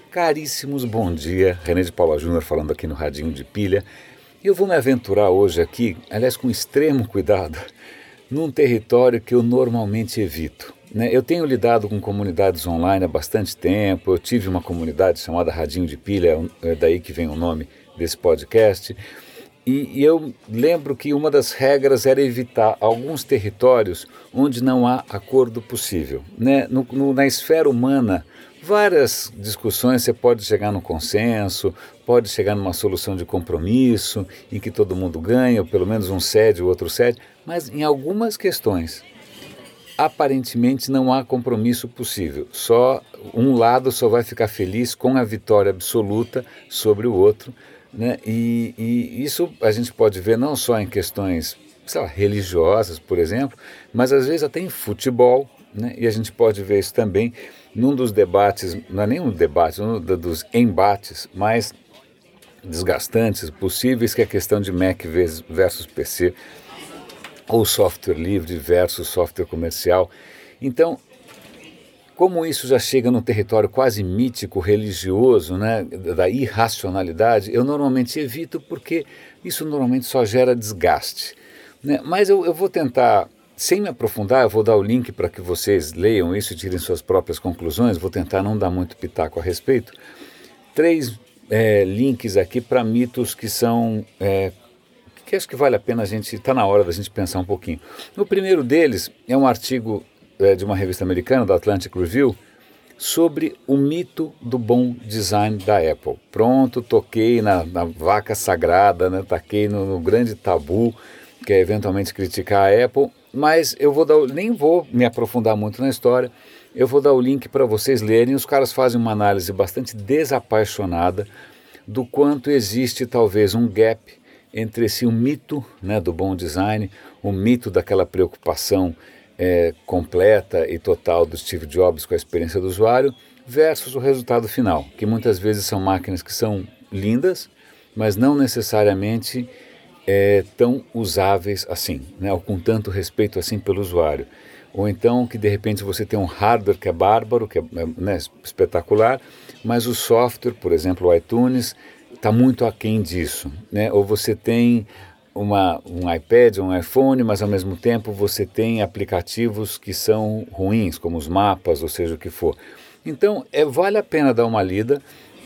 Caríssimos, bom dia. René de Paula Júnior falando aqui no Radinho de Pilha. Eu vou me aventurar hoje aqui, aliás com extremo cuidado, num território que eu normalmente evito. Eu tenho lidado com comunidades online há bastante tempo, eu tive uma comunidade chamada Radinho de Pilha, é daí que vem o nome desse podcast, e eu lembro que uma das regras era evitar alguns territórios onde não há acordo possível. Na esfera humana, várias discussões você pode chegar no consenso, pode chegar numa solução de compromisso, em que todo mundo ganha, ou pelo menos um cede, o outro cede, mas em algumas questões, aparentemente não há compromisso possível. Só um lado só vai ficar feliz com a vitória absoluta sobre o outro, E isso a gente pode ver não só em questões, sei lá, religiosas, por exemplo, mas às vezes até em futebol, E a gente pode ver isso também num dos debates, não é nem um debate, dos embates mais desgastantes possíveis, que é a questão de Mac versus PC, ou software livre versus software comercial. Então, como isso já chega num território quase mítico, religioso, da irracionalidade, eu normalmente evito porque isso normalmente só gera desgaste. Mas eu vou tentar, sem me aprofundar, eu vou dar o link para que vocês leiam isso e tirem suas próprias conclusões, vou tentar não dar muito pitaco a respeito. 3 links aqui para mitos que são... que acho que vale a pena está na hora da gente pensar um pouquinho. O primeiro deles é um artigo de uma revista americana, da Atlantic Review, sobre o mito do bom design da Apple. Pronto, toquei na vaca sagrada, taquei no grande tabu, que é eventualmente criticar a Apple, mas eu nem vou me aprofundar muito na história, eu vou dar o link para vocês lerem. Os caras fazem uma análise bastante desapaixonada do quanto existe talvez um gap entre o mito do bom design, o mito daquela preocupação completa e total do Steve Jobs com a experiência do usuário, versus o resultado final, que muitas vezes são máquinas que são lindas, mas não necessariamente tão usáveis assim, ou com tanto respeito assim pelo usuário. Ou então que de repente você tem um hardware que é bárbaro, que é espetacular, mas o software, por exemplo, o iTunes, está muito aquém disso. Ou você tem um iPad, um iPhone, mas ao mesmo tempo você tem aplicativos que são ruins, como os mapas, ou seja, o que for. Então, vale a pena dar uma lida.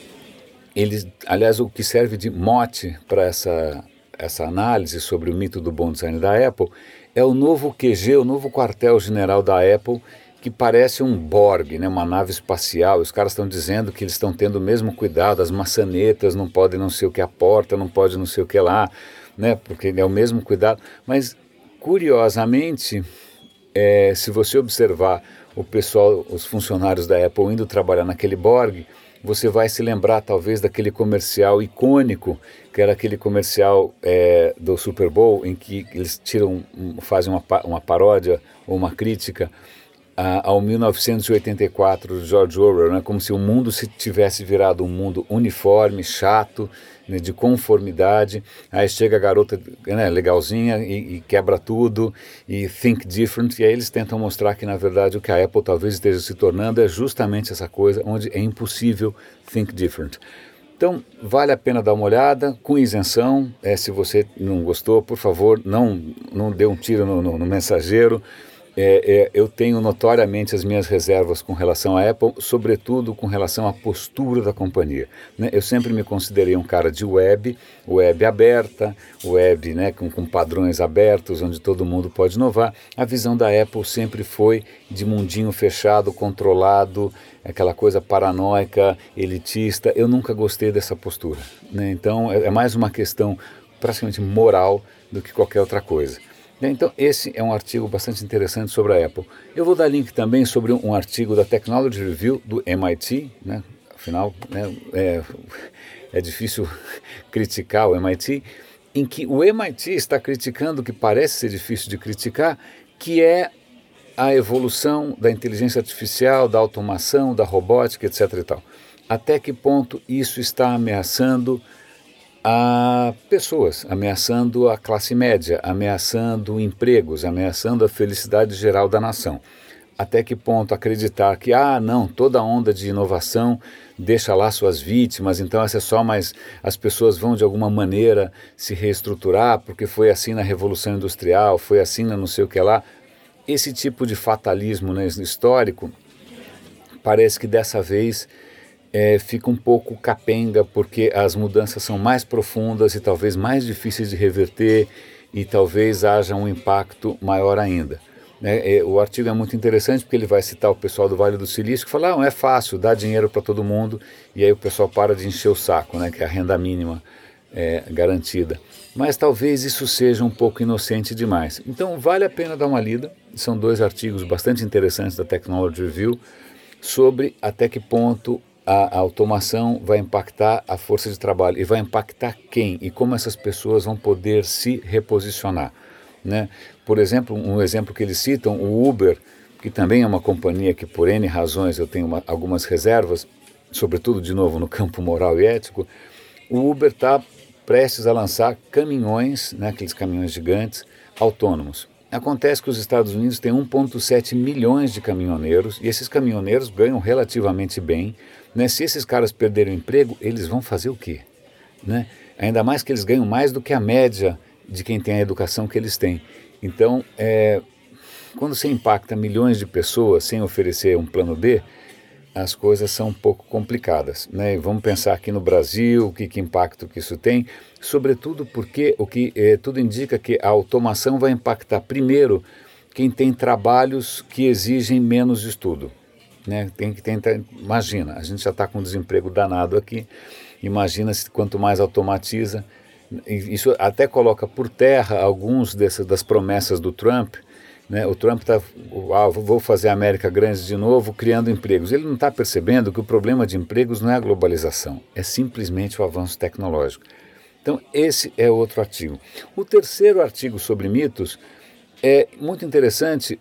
Aliás, o que serve de mote para essa análise sobre o mito do bom design da Apple é o novo QG, o novo quartel-general da Apple, que parece um Borg, uma nave espacial. Os caras estão dizendo que eles estão tendo o mesmo cuidado, as maçanetas não podem não sei o que, a porta não pode não sei o que lá, porque é o mesmo cuidado. Mas, curiosamente, se você observar o pessoal, os funcionários da Apple indo trabalhar naquele Borg, você vai se lembrar talvez daquele comercial icônico, que era aquele comercial do Super Bowl, em que eles fazem uma paródia ou uma crítica ao 1984 de George Orwell, como se o mundo se tivesse virado um mundo uniforme, chato, de conformidade. Aí chega a garota legalzinha e quebra tudo, e think different, e aí eles tentam mostrar que na verdade o que a Apple talvez esteja se tornando é justamente essa coisa onde é impossível think different. Então vale a pena dar uma olhada, com isenção. Se você não gostou, por favor, não dê um tiro no mensageiro. Eu tenho notoriamente as minhas reservas com relação à Apple, sobretudo com relação à postura da companhia. Eu sempre me considerei um cara de web aberta, web com padrões abertos, onde todo mundo pode inovar. A visão da Apple sempre foi de mundinho fechado, controlado, aquela coisa paranoica, elitista. Eu nunca gostei dessa postura. Então é mais uma questão praticamente moral do que qualquer outra coisa. Então esse é um artigo bastante interessante sobre a Apple. Eu vou dar link também sobre um artigo da Technology Review do MIT, afinal é difícil criticar o MIT, em que o MIT está criticando o que parece ser difícil de criticar, que é a evolução da inteligência artificial, da automação, da robótica, etc. e tal. Até que ponto isso está ameaçando a pessoas, ameaçando a classe média, ameaçando empregos, ameaçando a felicidade geral da nação. até que ponto acreditar que, não, toda onda de inovação deixa lá suas vítimas, então essa é só mais, as pessoas vão de alguma maneira se reestruturar, porque foi assim na Revolução Industrial, foi assim na não sei o que lá. Esse tipo de fatalismo, né, histórico, parece que dessa vez fica um pouco capenga, porque as mudanças são mais profundas e talvez mais difíceis de reverter, e talvez haja um impacto maior ainda. O artigo é muito interessante porque ele vai citar o pessoal do Vale do Silício que fala, não é fácil, dá dinheiro para todo mundo, e aí o pessoal para de encher o saco, né, que é a renda mínima garantida. Mas talvez isso seja um pouco inocente demais. Então vale a pena dar uma lida, são 2 artigos bastante interessantes da Technology Review sobre até que ponto a automação vai impactar a força de trabalho, e vai impactar quem, e como essas pessoas vão poder se reposicionar. Né? Por exemplo, um exemplo que eles citam, o Uber, que também é uma companhia que por N razões eu tenho algumas reservas, sobretudo de novo no campo moral e ético. O Uber está prestes a lançar caminhões, né, aqueles caminhões gigantes, autônomos. Acontece que os Estados Unidos têm 1,7 milhões de caminhoneiros, e esses caminhoneiros ganham relativamente bem. Né? Se esses caras perderem o emprego, eles vão fazer o quê? Né? Ainda mais que eles ganham mais do que a média de quem tem a educação que eles têm. Então, quando você impacta milhões de pessoas sem oferecer um plano B, as coisas são um pouco complicadas. Né? Vamos pensar aqui no Brasil, que impacto que isso tem, sobretudo porque tudo indica que a automação vai impactar primeiro quem tem trabalhos que exigem menos estudo. Né? Imagina, a gente já está com um desemprego danado aqui, imagina se quanto mais automatiza. Isso até coloca por terra alguns das promessas do Trump. Né? O Trump está, vou fazer a América grande de novo, criando empregos. Ele não está percebendo que o problema de empregos não é a globalização, é simplesmente o avanço tecnológico. Então esse é outro artigo. O terceiro artigo sobre mitos é muito interessante.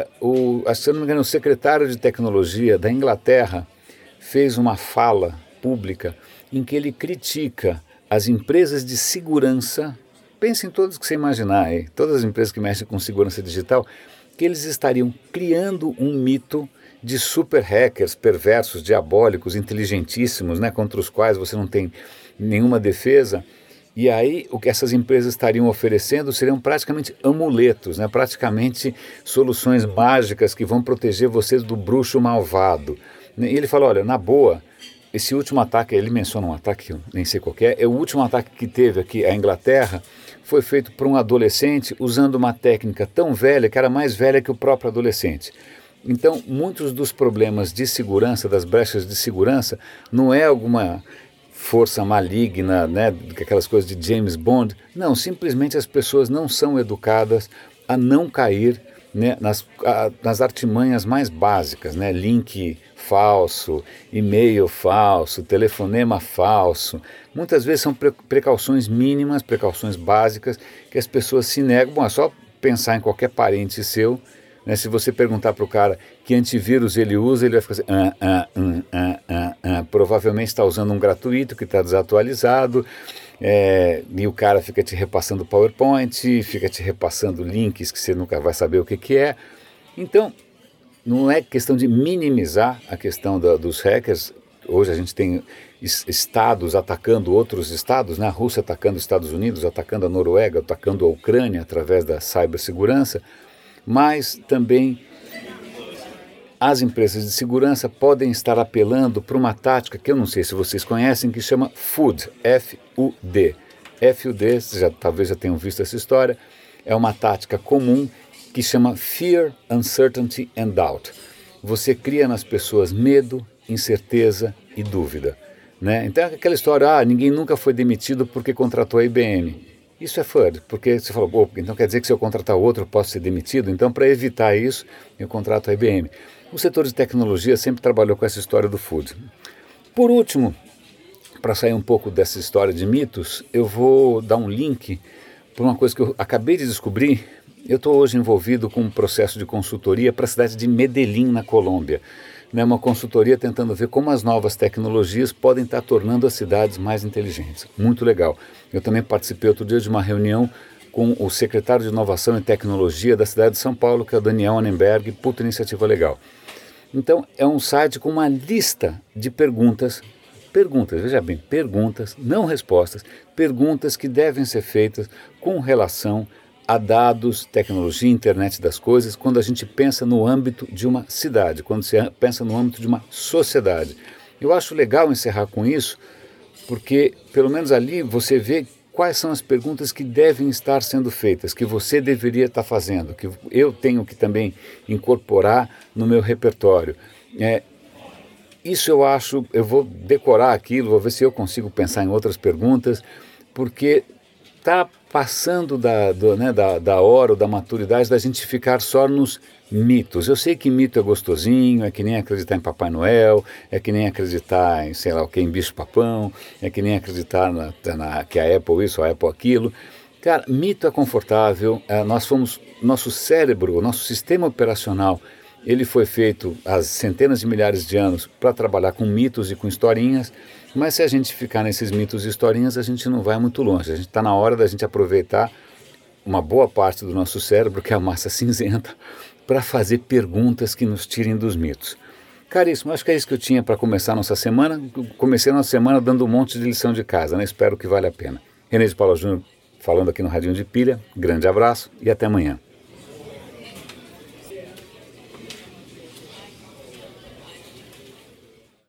Se não me engano, o secretário de tecnologia da Inglaterra fez uma fala pública em que ele critica as empresas de segurança. Pense em todas que você imaginar aí, todas as empresas que mexem com segurança digital, que eles estariam criando um mito de super hackers perversos, diabólicos, inteligentíssimos, né, contra os quais você não tem nenhuma defesa. E aí o que essas empresas estariam oferecendo seriam praticamente amuletos, né, praticamente soluções mágicas que vão proteger vocês do bruxo malvado. E ele fala, olha, na boa, esse último ataque, ele menciona um ataque, eu nem sei qual é o último ataque que teve aqui à Inglaterra, foi feito por um adolescente usando uma técnica tão velha que era mais velha que o próprio adolescente. Então, muitos dos problemas de segurança, das brechas de segurança, não é alguma força maligna, né, aquelas coisas de James Bond. Não, simplesmente as pessoas não são educadas a não cair, né, nas artimanhas mais básicas, né, link falso, e-mail falso, telefonema falso. Muitas vezes são precauções mínimas, precauções básicas, que as pessoas se negam. Bom, é só pensar em qualquer parente seu, né? Se você perguntar para o cara que antivírus ele usa, ele vai ficar assim, provavelmente está usando um gratuito que está desatualizado, e o cara fica te repassando PowerPoint, fica te repassando links que você nunca vai saber o que é. Então, não é questão de minimizar a questão dos hackers. Hoje a gente tem estados atacando outros estados, né? A Rússia atacando os Estados Unidos, atacando a Noruega, atacando a Ucrânia através da cibersegurança, mas também as empresas de segurança podem estar apelando para uma tática que eu não sei se vocês conhecem, que chama FUD, F-U-D. FUD, vocês talvez já tenham visto essa história, é uma tática comum que chama Fear, Uncertainty and Doubt. Você cria nas pessoas medo, incerteza e dúvida. Né? Então é aquela história, ninguém nunca foi demitido porque contratou a IBM. Isso é FUD, porque você falou, então quer dizer que se eu contratar outro eu posso ser demitido? Então para evitar isso, eu contrato a IBM. O setor de tecnologia sempre trabalhou com essa história do FUD. Por último, para sair um pouco dessa história de mitos, eu vou dar um link para uma coisa que eu acabei de descobrir. Eu estou hoje envolvido com um processo de consultoria para a cidade de Medellín, na Colômbia. Uma consultoria tentando ver como as novas tecnologias podem estar tornando as cidades mais inteligentes. Muito legal. Eu também participei outro dia de uma reunião com o secretário de Inovação e Tecnologia da cidade de São Paulo, que é o Daniel Annenberg. Puta iniciativa legal. Então, é um site com uma lista de perguntas, veja bem, perguntas, não respostas, perguntas que devem ser feitas com relação a dados, tecnologia, internet das coisas, quando a gente pensa no âmbito de uma cidade, quando se pensa no âmbito de uma sociedade. Eu acho legal encerrar com isso, porque pelo menos ali você vê quais são as perguntas que devem estar sendo feitas, que você deveria estar fazendo, que eu tenho que também incorporar no meu repertório. Isso eu acho, eu vou decorar aquilo, vou ver se eu consigo pensar em outras perguntas, porque está passando da hora, da maturidade, da gente ficar só nos mitos. Eu sei que mito é gostosinho, é que nem acreditar em Papai Noel, é que nem acreditar em, sei lá o que, em bicho-papão, é que nem acreditar que a Apple isso, a Apple aquilo. Cara, mito é confortável, nosso cérebro, nosso sistema operacional, ele foi feito há centenas de milhares de anos para trabalhar com mitos e com historinhas, mas se a gente ficar nesses mitos e historinhas, a gente não vai muito longe. A gente está na hora da gente aproveitar uma boa parte do nosso cérebro, que é a massa cinzenta, para fazer perguntas que nos tirem dos mitos. Caríssimo, acho que é isso que eu tinha para começar a nossa semana. Comecei a nossa semana dando um monte de lição de casa, né? Espero que valha a pena. René de Paula Júnior falando aqui no Radinho de Pilha. Grande abraço e até amanhã.